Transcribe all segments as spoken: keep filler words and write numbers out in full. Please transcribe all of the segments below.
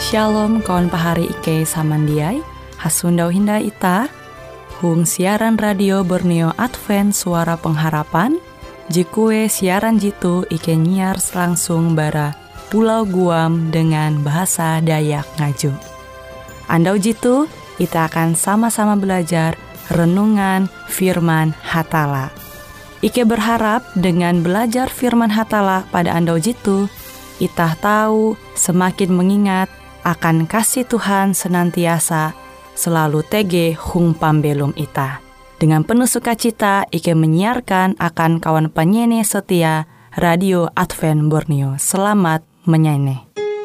Shalom kawan pahari Ike samandiai, hasundau hinda ita, hung siaran radio Borneo Advent Suara Pengharapan, jikue siaran jitu Ike nyiar langsung bara Pulau Guam dengan bahasa Dayak Ngaju. Andau jitu, kita akan sama-sama belajar renungan firman Hatala. Ike berharap dengan belajar firman Hatala pada andau jitu, itah tahu semakin mengingat akan kasih Tuhan senantiasa selalu tege hung pambelum ita. Dengan penuh sukacita Ike menyiarkan akan kawan penyanyi setia Radio Advent Borneo. Selamat menyanyi.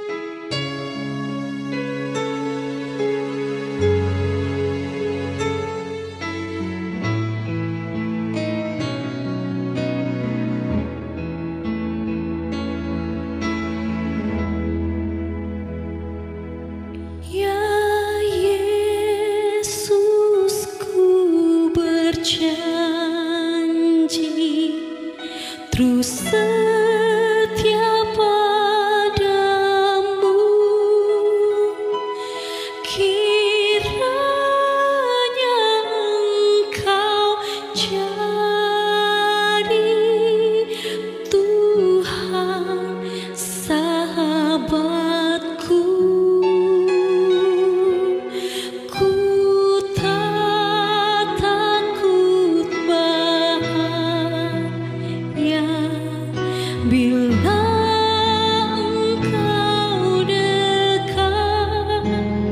Terus setia padamu, kiranya Engkau jadi Tuhan sahabatku. Ku tak takut bahaya bila Engkau dekat.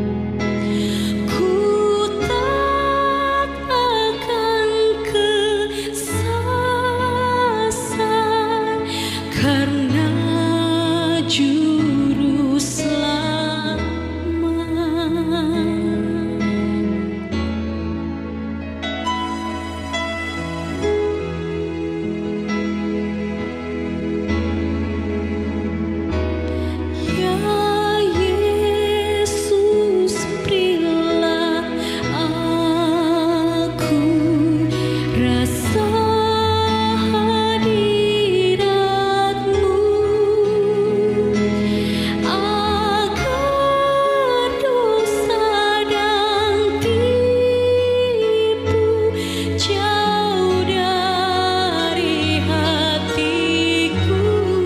Ku tak akan kesasar karena Juru Selamat. Ya Yesus, berilah aku rasa hadirat-Mu, agar dosa dan tipu jauh dari hatiku.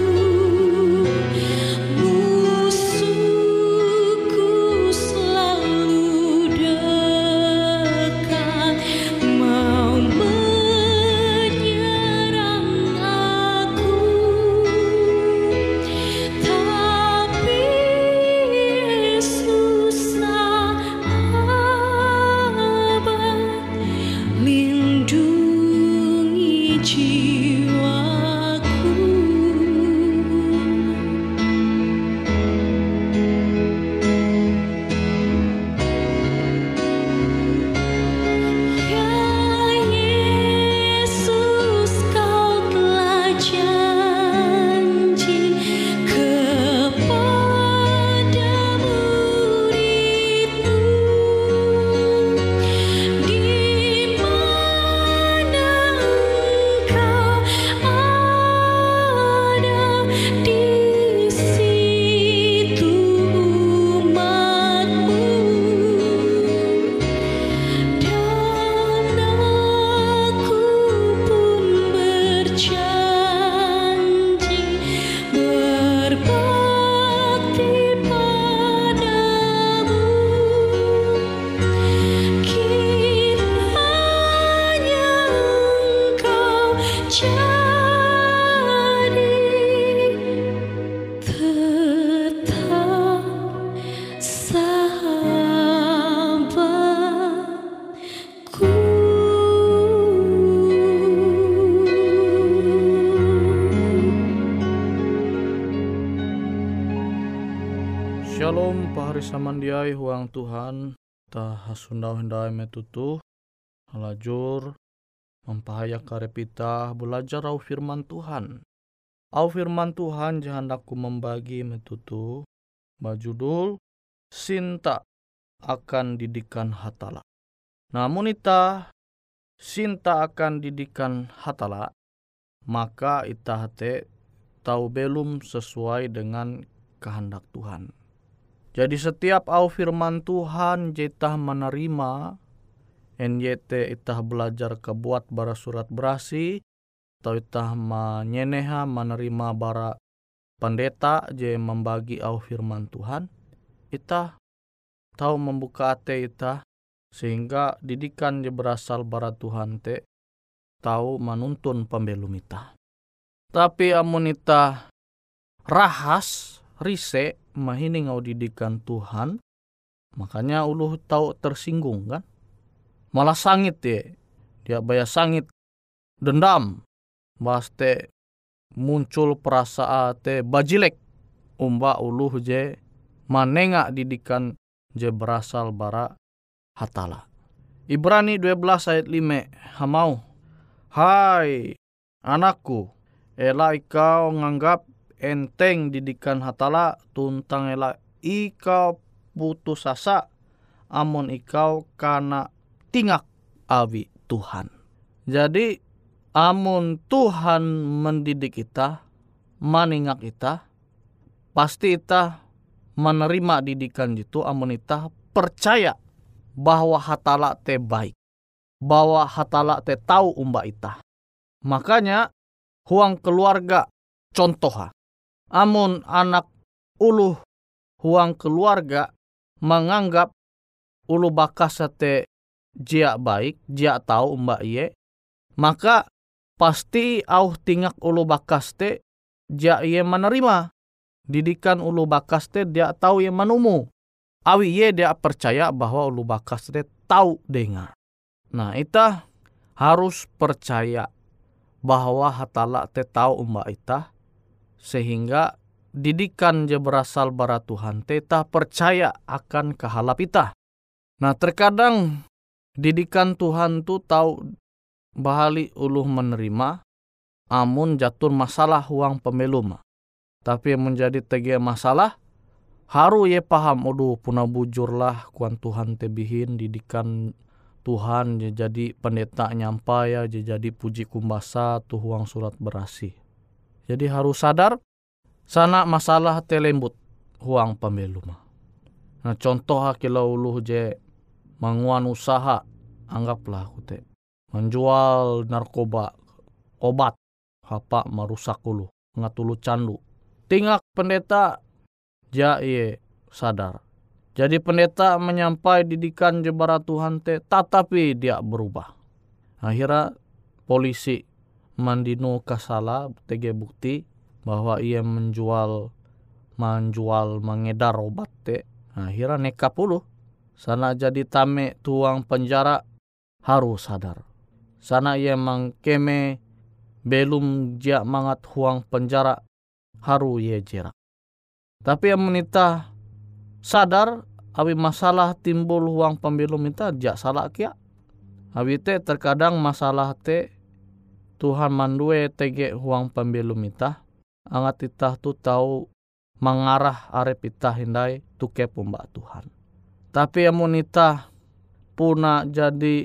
Musuhku selalu dekat, mau menyerang aku, tapi Yesus sahabat lindungi jiwaku. Ya Yesus, Kau telah janji kepada murid-Mu, di mana Engkau ada, di situ umat-Mu. Dan aku pun berjanji berbakti padamu, kiranya Engkau jadi tetap sahabatku. Shalom pahari samandiai huang Tuhan, ta hasundau hendai metutu halajur mempahaya karepita belajar au firman Tuhan. Au firman Tuhan jahandaku membagi metutu bajudul Sinta akan didikan Hatala. Namun ita sinta akan didikan Hatala, maka ita hate tahu belum sesuai dengan kehendak Tuhan. Jadi setiap au firman Tuhan jitah menerima, N Y T itah belajar kebuat bara surat berasi, atau itah menyeneha menerima bara pendeta je membagi au firman Tuhan, itah tahu membuka hati itah sehingga didikan je berasal bara Tuhan te tahu menuntun pembelum itah. Tapi amun itah rahas rise mahining au didikan Tuhan, makanya uluh tahu tersinggung kan, malah sangit ye, dia baya sangit dendam, bahas te muncul perasaan te bajilek umba uluh je manenga didikan je berasal bara hatala. Ibrani dua belas ayat lima hamau, hai anakku, ela ikau nganggap enteng didikan hatala, tuntang ela ikau putus asa amun ikau kana tingak awi Tuhan. Jadi amun Tuhan mendidik kita, maningak kita, pasti kita menerima didikan itu amun kita percaya bahwa hatala te baik, bahwa hatala te tahu umba ita. Makanya huang keluarga contoh, amun anak uluh huang keluarga menganggap ulu bakas te jia baik, jia tahu umba iye, maka pasti au tingak ulu bakas te jia iye menerima didikan ulu bakas te, dia tahu iye menumu. Awi iye dia percaya bahwa ulu bakas te tahu dengar. Nah, ita harus percaya bahwa hatala te tahu umba ita, sehingga didikan je berasal bara Tuhan te ita percaya akan kehalap ita. Nah, terkadang didikan Tuhan tu tahu bahali uluh menerima amun jatuh masalah huang pembelum. Tapi yang menjadi tege masalah haru ye paham, aduh puna bujurlah kuan Tuhan tebihin didikan Tuhan je jadi pendeta nyampai ya, je jadi puji kumbasa tu huang surat berasi. Jadi harus sadar sana masalah telembut huang pembelum. Nah, contoh hakilau uluh je manguan usaha, anggaplah aku te menjual narkoba, obat, hapa merusak ulu, ngatulu candu. Tingak pendeta ja iye sadar. Jadi pendeta menyampai didikan jebara Tuhan te, tetapi dia berubah. Akhirnya polisi mandino kasala tege bukti bahwa ia menjual menjual mengedar obat te. Akhirnya neka puluh. Sana jadi tame tuang penjara, harus sadar. Sana ia mangkeme belum dia mangat huang penjara, haru ye jerak. Tapi yang menita sadar awi masalah timbul huang pembelum ita jak salah kia. Awi te terkadang masalah te Tuhan mandue tege huang pembelum ita, angat ita tu tahu mengarah arep ita hindai tuke pembak Tuhan. Tapi yang menita puna jadi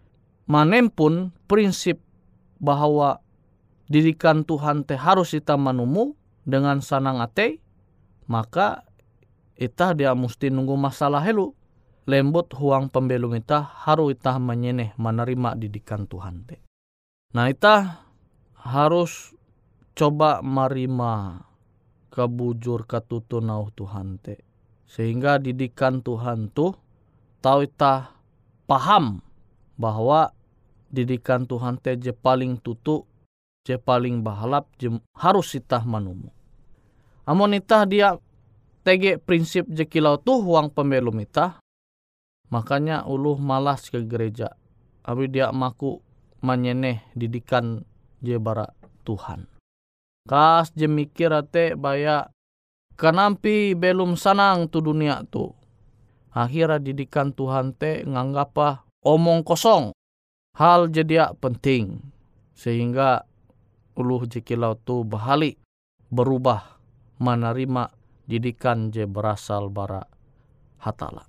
manempun prinsip bahwa didikan Tuhan te harus ita manumu dengan sanang ate, maka ita dia mesti nunggu masalah helu. Lembut huang pembelum ita harus ita menyeneh menerima didikan Tuhan te. Nah, ita harus coba marima kebujur katutunau Tuhan te. Sehingga didikan Tuhan tuh tahu ita paham bahwa didikan Tuhan te je paling tutu, je paling bahalap, je harus ita manumu. Amun ita dia tege prinsip je kilau tuh huang pembelum ita, makanya uluh malas ke gereja. Abi dia maku menyeneh didikan je bara Tuhan. Kas je mikir ate baya kanampi belum sanang tu dunia tu. Akhirnya didikan Tuhan te nganggapa omong kosong. Hal jadi penting. Sehingga uluh jekilau tu bahali berubah menerima didikan je berasal bara hatala.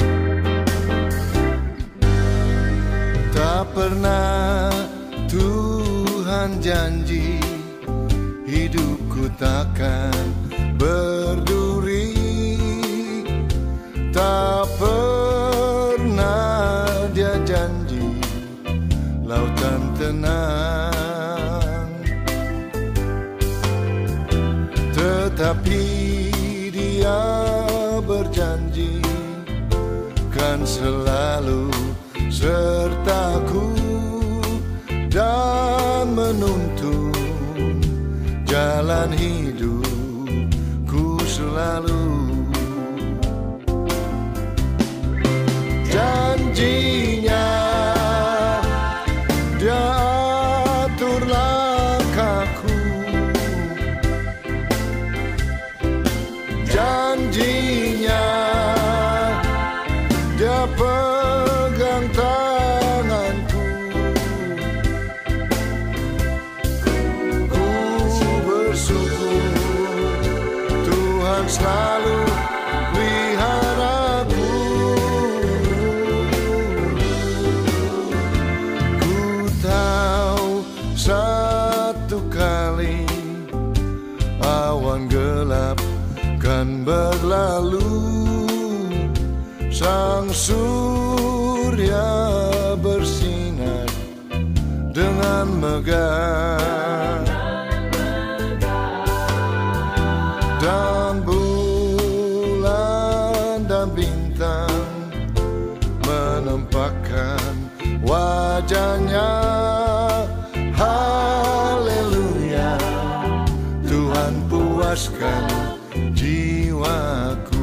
Tak pernah Tuhan janji, hidupku takkan berduri. Tak pernah dia janji lautan tenang, tetapi dia berjanji kan selalu sertaku dan menuntun jalan hidupku selalu. Janjinya dia atur langkahku, janjinya dia pegang tanganku. Ku bersyukur Tuhan selalu peliharaku. Ku tahu satu kali awan gelap kan berlalu, sang surya bersinar dengan megah, dan bulan dan bintang menampakkan wajahnya. Haleluya, Tuhan puaskan jiwaku.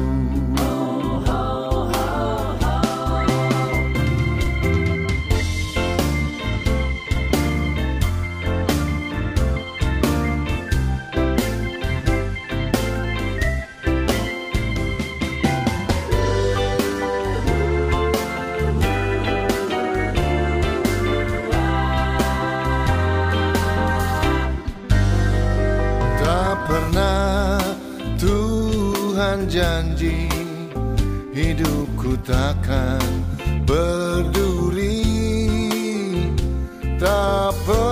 Janji hidupku takkan berduri. Tak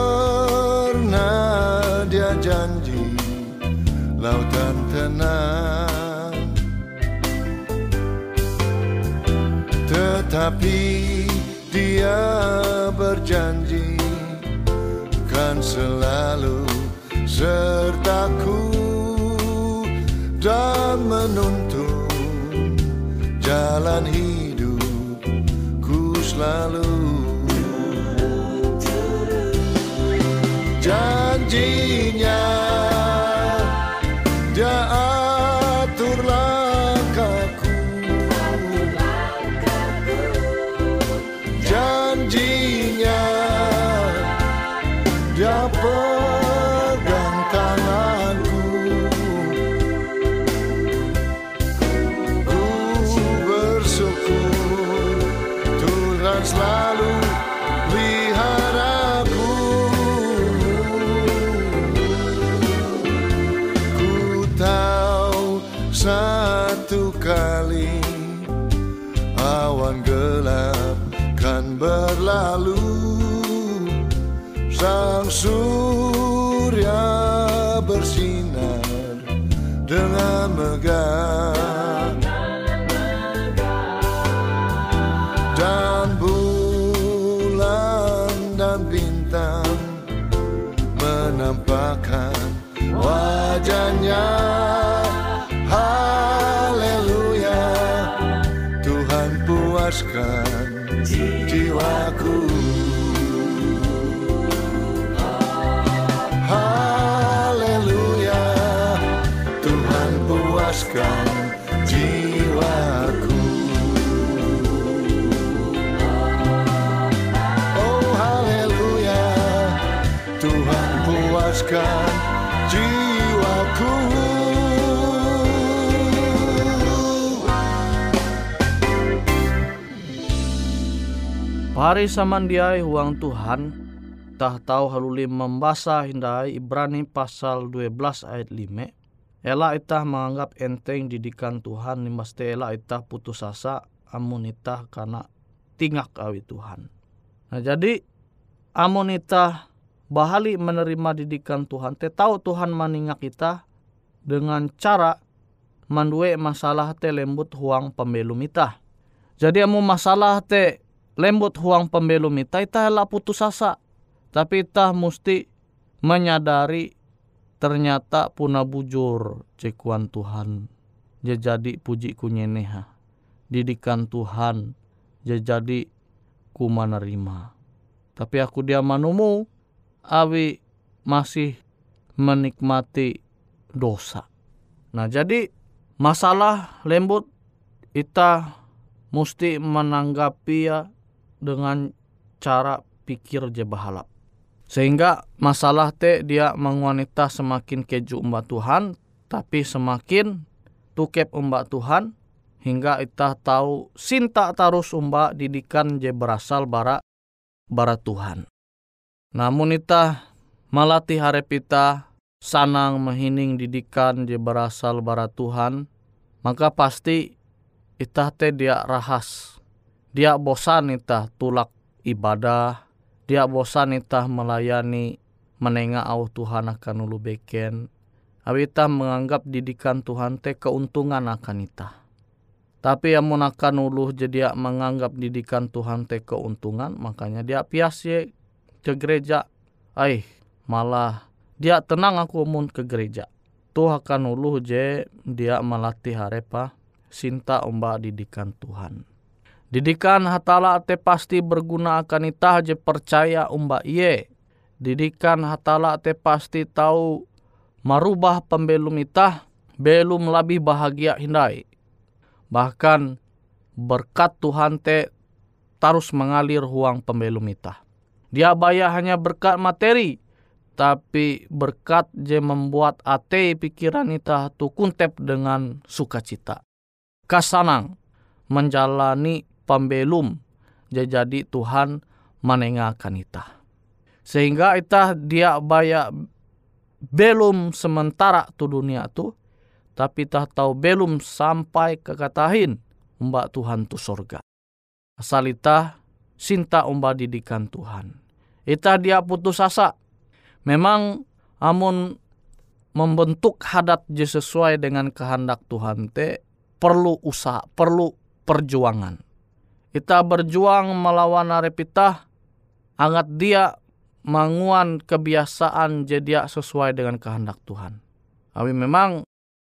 pernah dia janji lautan tenang, tetapi dia berjanji kan selalu sertaku dan menuntun jalan hidupku selalu. Janjinya dia atur langkahku, janjinya dia pegang tanganku. Selalu peliharaku. Ku tahu satu kali awan gelap kan berlalu, sang surya bersinar dengan megah, dan bulan dan bintang menampakkan wajahnya. Haleluya, Tuhan puaskan jiwaku. Haleluya, Tuhan puaskan jiwaku. Puaskan jiwaku. Pari samandiai huang Tuhan, tah tahu haluli membasa hindai Ibrani pasal dua belas ayat lima. Ela itah menganggap enteng didikan Tuhan, nimaste ela itah putus asa amun itah karena tingak awi Tuhan. Nah jadi amun itah bahali menerima didikan Tuhan te tahu Tuhan maningak kita dengan cara mandue masalah te lembut huang pembelum ita. Jadi amu masalah te lembut huang pembelum ita, ita lah putus asa. Tapi ita mesti menyadari ternyata puna bujur cekuan Tuhan. Dia jadi puji ku nyeneha. Didikan Tuhan dia jadi ku menerima. Tapi aku dia manumu awi masih menikmati dosa. Nah jadi masalah lembut ita mesti menanggapi ya dengan cara pikir je bahalap. Sehingga masalah te dia menguanita semakin keju umba Tuhan, tapi semakin tukep umba Tuhan, hingga ita tahu sinta tarus umba didikan je berasal bara bara Tuhan. Namun ita malatih harap ita sanang mehining didikan je berasal bara Tuhan, maka pasti ita te dia rahas. Dia bosan ita tulak ibadah, dia bosan ita melayani menengah au Tuhan akan ulu beken. Awi ita menganggap didikan Tuhan te keuntungan akan ita. Tapi amun akan ulu jadi menganggap didikan Tuhan te keuntungan, makanya dia pias ye ke gereja. Ay, malah dia tenang aku mun ke gereja. Tuh akan ulu je dia melatih harepa sinta umba didikan Tuhan. Didikan hatala te pasti berguna akan ita je percaya umba iye. Didikan hatala te pasti tahu marubah pembelum ita belum lebih bahagia hindai. Bahkan berkat Tuhan te terus mengalir huang pembelum ita. Dia bayar hanya berkat materi, tapi berkat je membuat ate pikiran ita tu kuntep dengan sukacita. Kasanang menjalani pembelum je jadi Tuhan menengakan ita. Sehingga ita dia bayar belum sementara tu dunia tu, tapi tak tahu belum sampai kekatahin umba Tuhan tu sorga. Asal ita sinta umba didikan Tuhan. Ita dia putus asa. Memang amun membentuk hadat je sesuai dengan kehendak Tuhan te perlu usaha, perlu perjuangan. Ita berjuang melawan arep ita, angat dia manguan kebiasaan je dia sesuai dengan kehendak Tuhan. Awi memang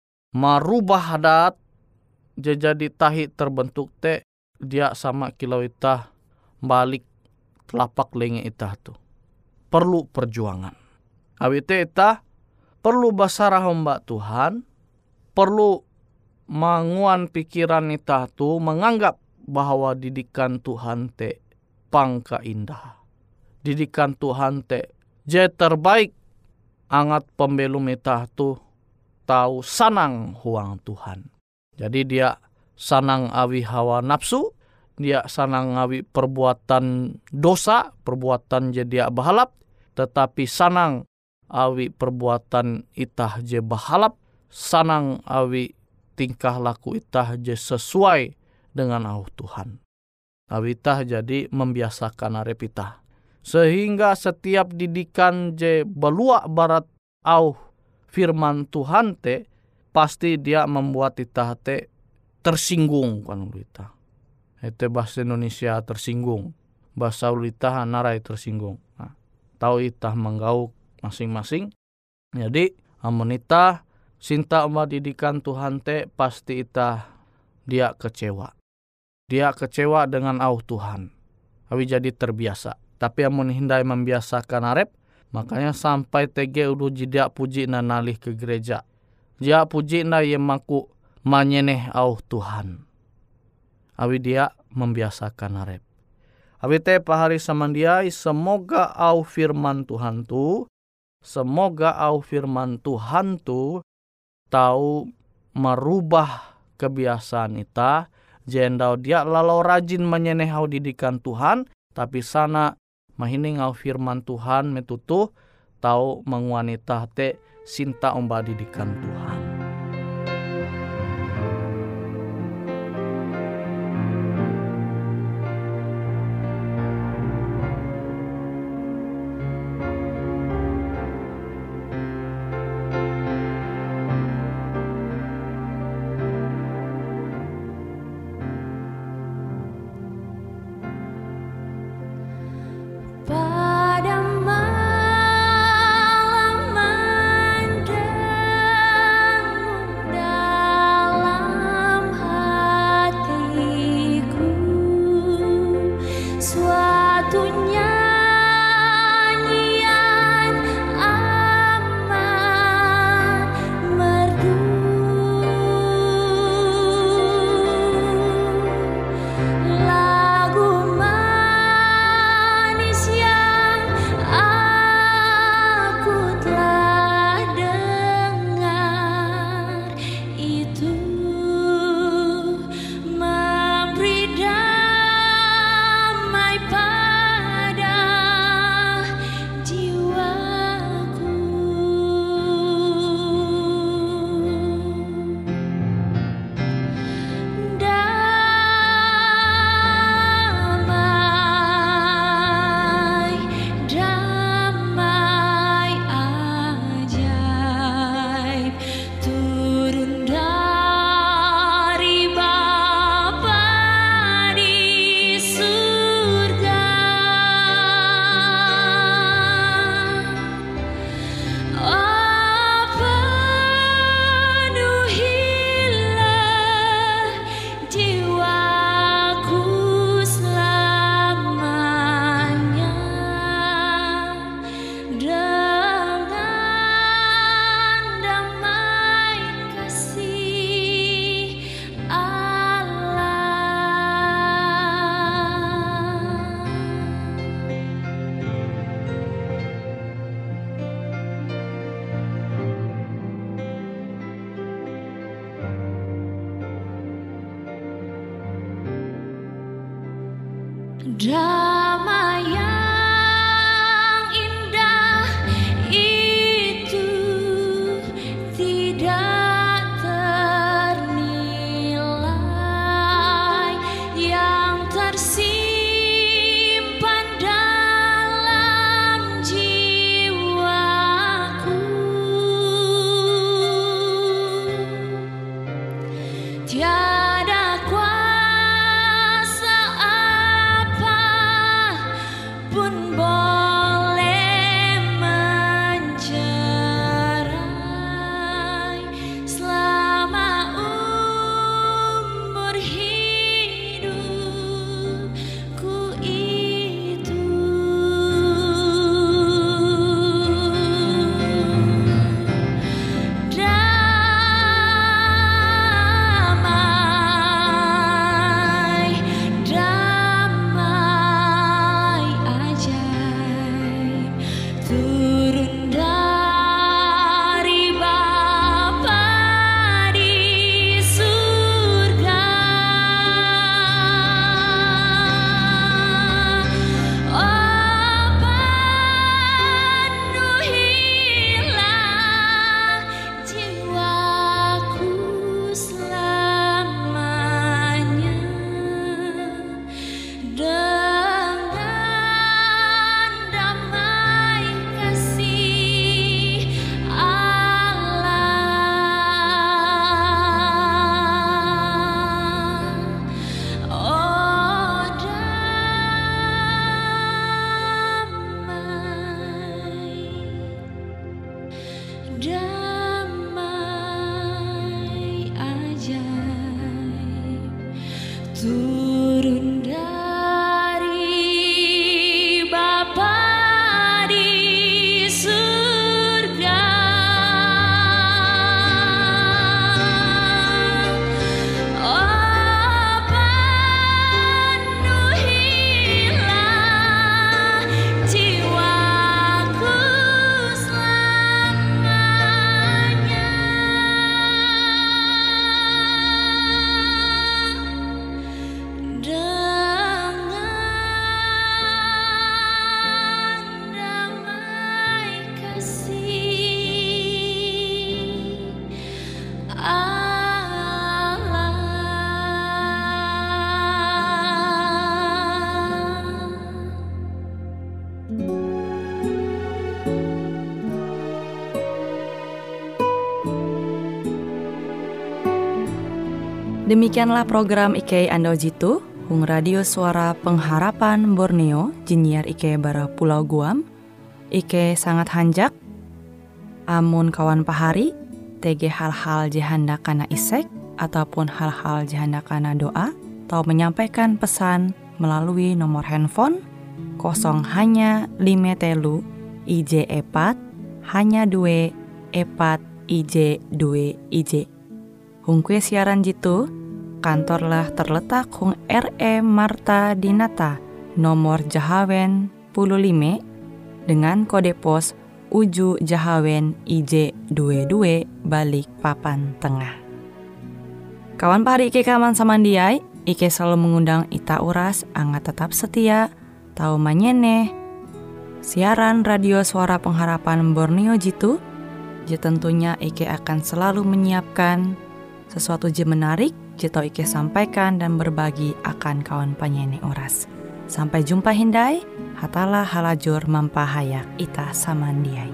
marubah hadat je jadi tahi terbentuk te dia sama kilau ita balik telapak lenge ita tu. Perlu perjuangan. Awi te ita perlu basarah hamba Tuhan, perlu manguan pikiran ita tu menganggap bahwa didikan Tuhan te pangka indah. Didikan Tuhan te je terbaik, angat pembelum ita tu tahu sanang huang Tuhan. Jadi dia sanang awi hawa nafsu, dia sanang awi perbuatan dosa, perbuatan je dia bahalap, tetapi sanang awi perbuatan itah je bahalap, sanang awi tingkah laku itah je sesuai dengan au Tuhan. Awi itah jadi membiasakan arep itah. Sehingga setiap didikan je beluak barat au firman Tuhan te, pasti dia membuat itah te tersinggung kan ulita. Itu bahasa Indonesia tersinggung. Bahasa ulita narai tersinggung. Nah, tahu itah menggauk masing-masing. Jadi amun itah sinta umba didikan Tuhan te, pasti itah dia kecewa. Dia kecewa dengan au Tuhan. Awi jadi terbiasa. Tapi amun hindai membiasakan arep, makanya sampai tege udah jidak puji na nalih ke gereja. Dia puji na ye maku manyeneh au Tuhan. Awi dia membiasakan arep. Awi te pahari samandiai, semoga au firman Tuhan tu, semoga au firman Tuhan tu tahu merubah kebiasaan ita. Jendau dia lalau rajin menyeneh au didikan Tuhan, tapi sana mahining au firman Tuhan metutu tahu menguanita te sinta umba didikan Tuhan. damai yang indah itu tidak ternilai, yang tersimpan dalam jiwaku. Tiada kuasa apa pun boleh mencerai selama umur hidupku itu. Damai, damai ajaib turun dari Bapa di surga. Oh, penuhilah jiwaku selamanya dengan damai kasih Allah. Oh, damai, damai ajaib turun dari Bapa di surga. Oh, penuhilah jiwaku selamanya dengan damai kasih Demikianlah program I K Ando Jitu, Hung Radio Suara Pengharapan Borneo, Jinnyar I K bara Pulau Guam. I K sangat hanjak, amun kawan pahari, T G hal-hal jahanda kana isek, ataupun hal-hal jahanda kana doa, atau menyampaikan pesan melalui nomor handphone kosong hanya lima telu I J epat hanya dua epat I J dua I J. Hung kue siaran jitu, kantorlah terletak Hung R E Marta Dinata, nomor Jahawen puluh lima, dengan kode pos Uju Jahawen I J dua dua balik papan tengah. Kawan pahari Ike kaman samandiai, Ike selalu mengundang ita uras, angga tetap setia, tahu manyene, siaran radio Suara Pengharapan Borneo jitu, je tentunya Ike akan selalu menyiapkan sesuatu je menarik, je tau Ike sampaikan dan berbagi akan kawan penyanyi oras. Sampai jumpa hindai, hatalah halajur mampahayak ita samandiai.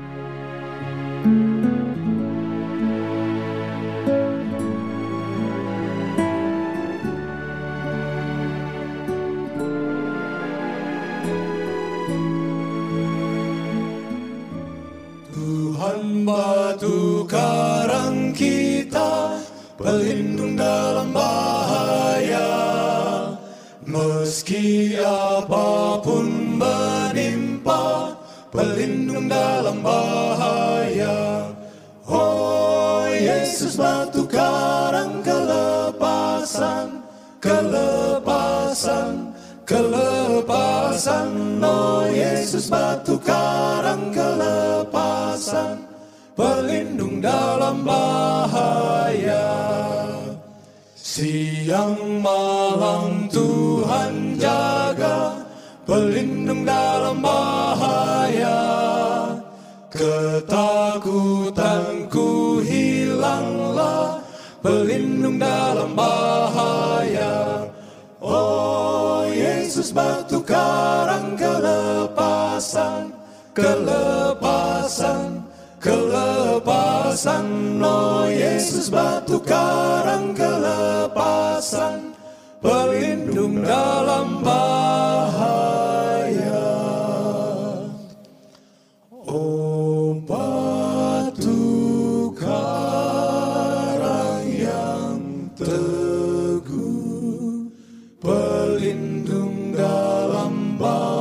Tuhan batu karang kita, pelindung dalam bahaya. Meski apapun menimpa, pelindung dalam bahaya. Oh Yesus batu karang kelepasan, kelepasan, kelepasan. Oh Yesus batu karang kelepasan, pelindung dalam bahaya. Siang malam Tuhan jaga, pelindung dalam bahaya. Ketakutanku hilanglah, pelindung dalam bahaya. Oh Yesus, batu karang kelepasan, kelepasan, kelepasan. Oh Yesus, batu karang kelepasan, pelindung dalam bahaya. Oh batu karang yang teguh, pelindung dalam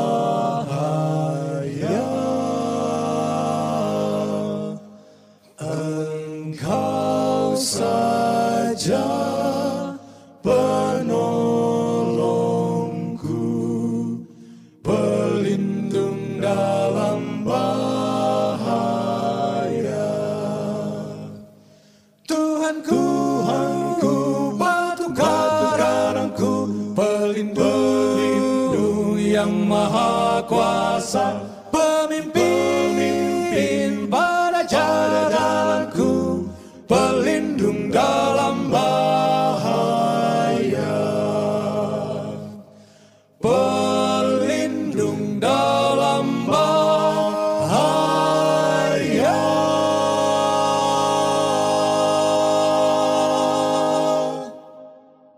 bahaya. Engkau saja penolongku, pelindung dalam bahaya. Tuhanku, Tuhanku, batu karangku, pelindung yang maha kuasa.